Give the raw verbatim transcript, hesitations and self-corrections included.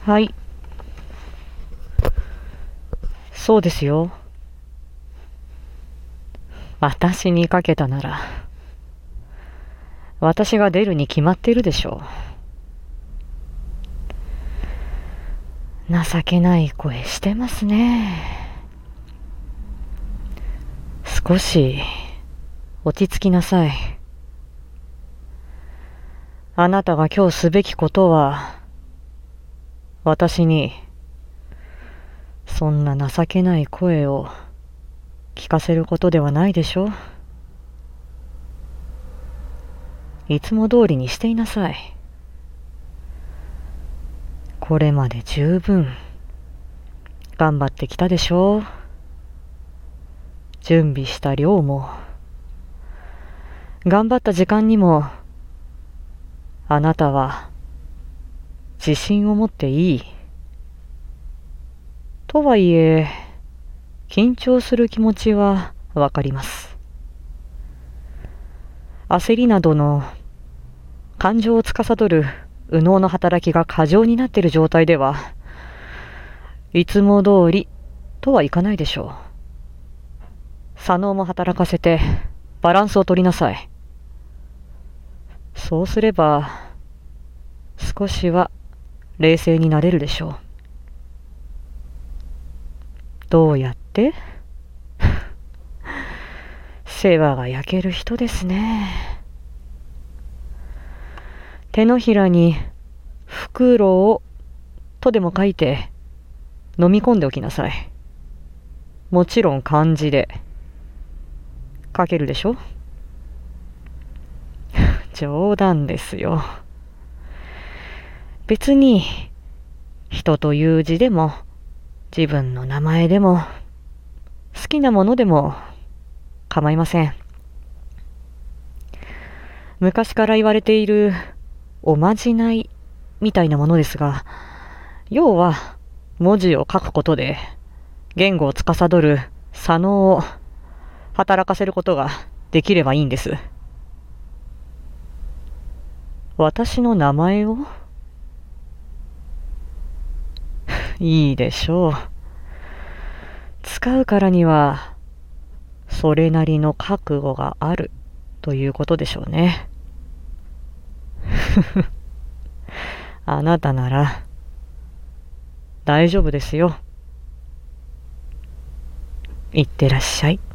はい、そうですよ。私にかけたなら、私が出るに決まっているでしょう。情けない声してますね。少し落ち着きなさい。あなたが今日すべきことは、私に、そんな情けない声を聞かせることではないでしょう。いつも通りにしていなさい。これまで十分頑張ってきたでしょう。準備した量も、頑張った時間にも、あなたは自信を持っていい。とはいえ、緊張する気持ちはわかります。焦りなどの感情を司る右脳の働きが過剰になっている状態では、いつも通りとはいかないでしょう。左脳も働かせてバランスを取りなさい。そうすれば、少しは冷静になれるでしょう。どうやって世話が焼ける人ですね。手のひらにフクロウとでも書いて飲み込んでおきなさい。もちろん漢字で書けるでしょ。冗談ですよ。別に人という字でも自分の名前でも好きなものでも構いません。昔から言われているおまじないみたいなものですが、要は文字を書くことで言語を司る左脳を働かせることができればいいんです。私の名前をいいでしょう。使うからにはそれなりの覚悟があるということでしょうね。あなたなら大丈夫ですよ。いってらっしゃい。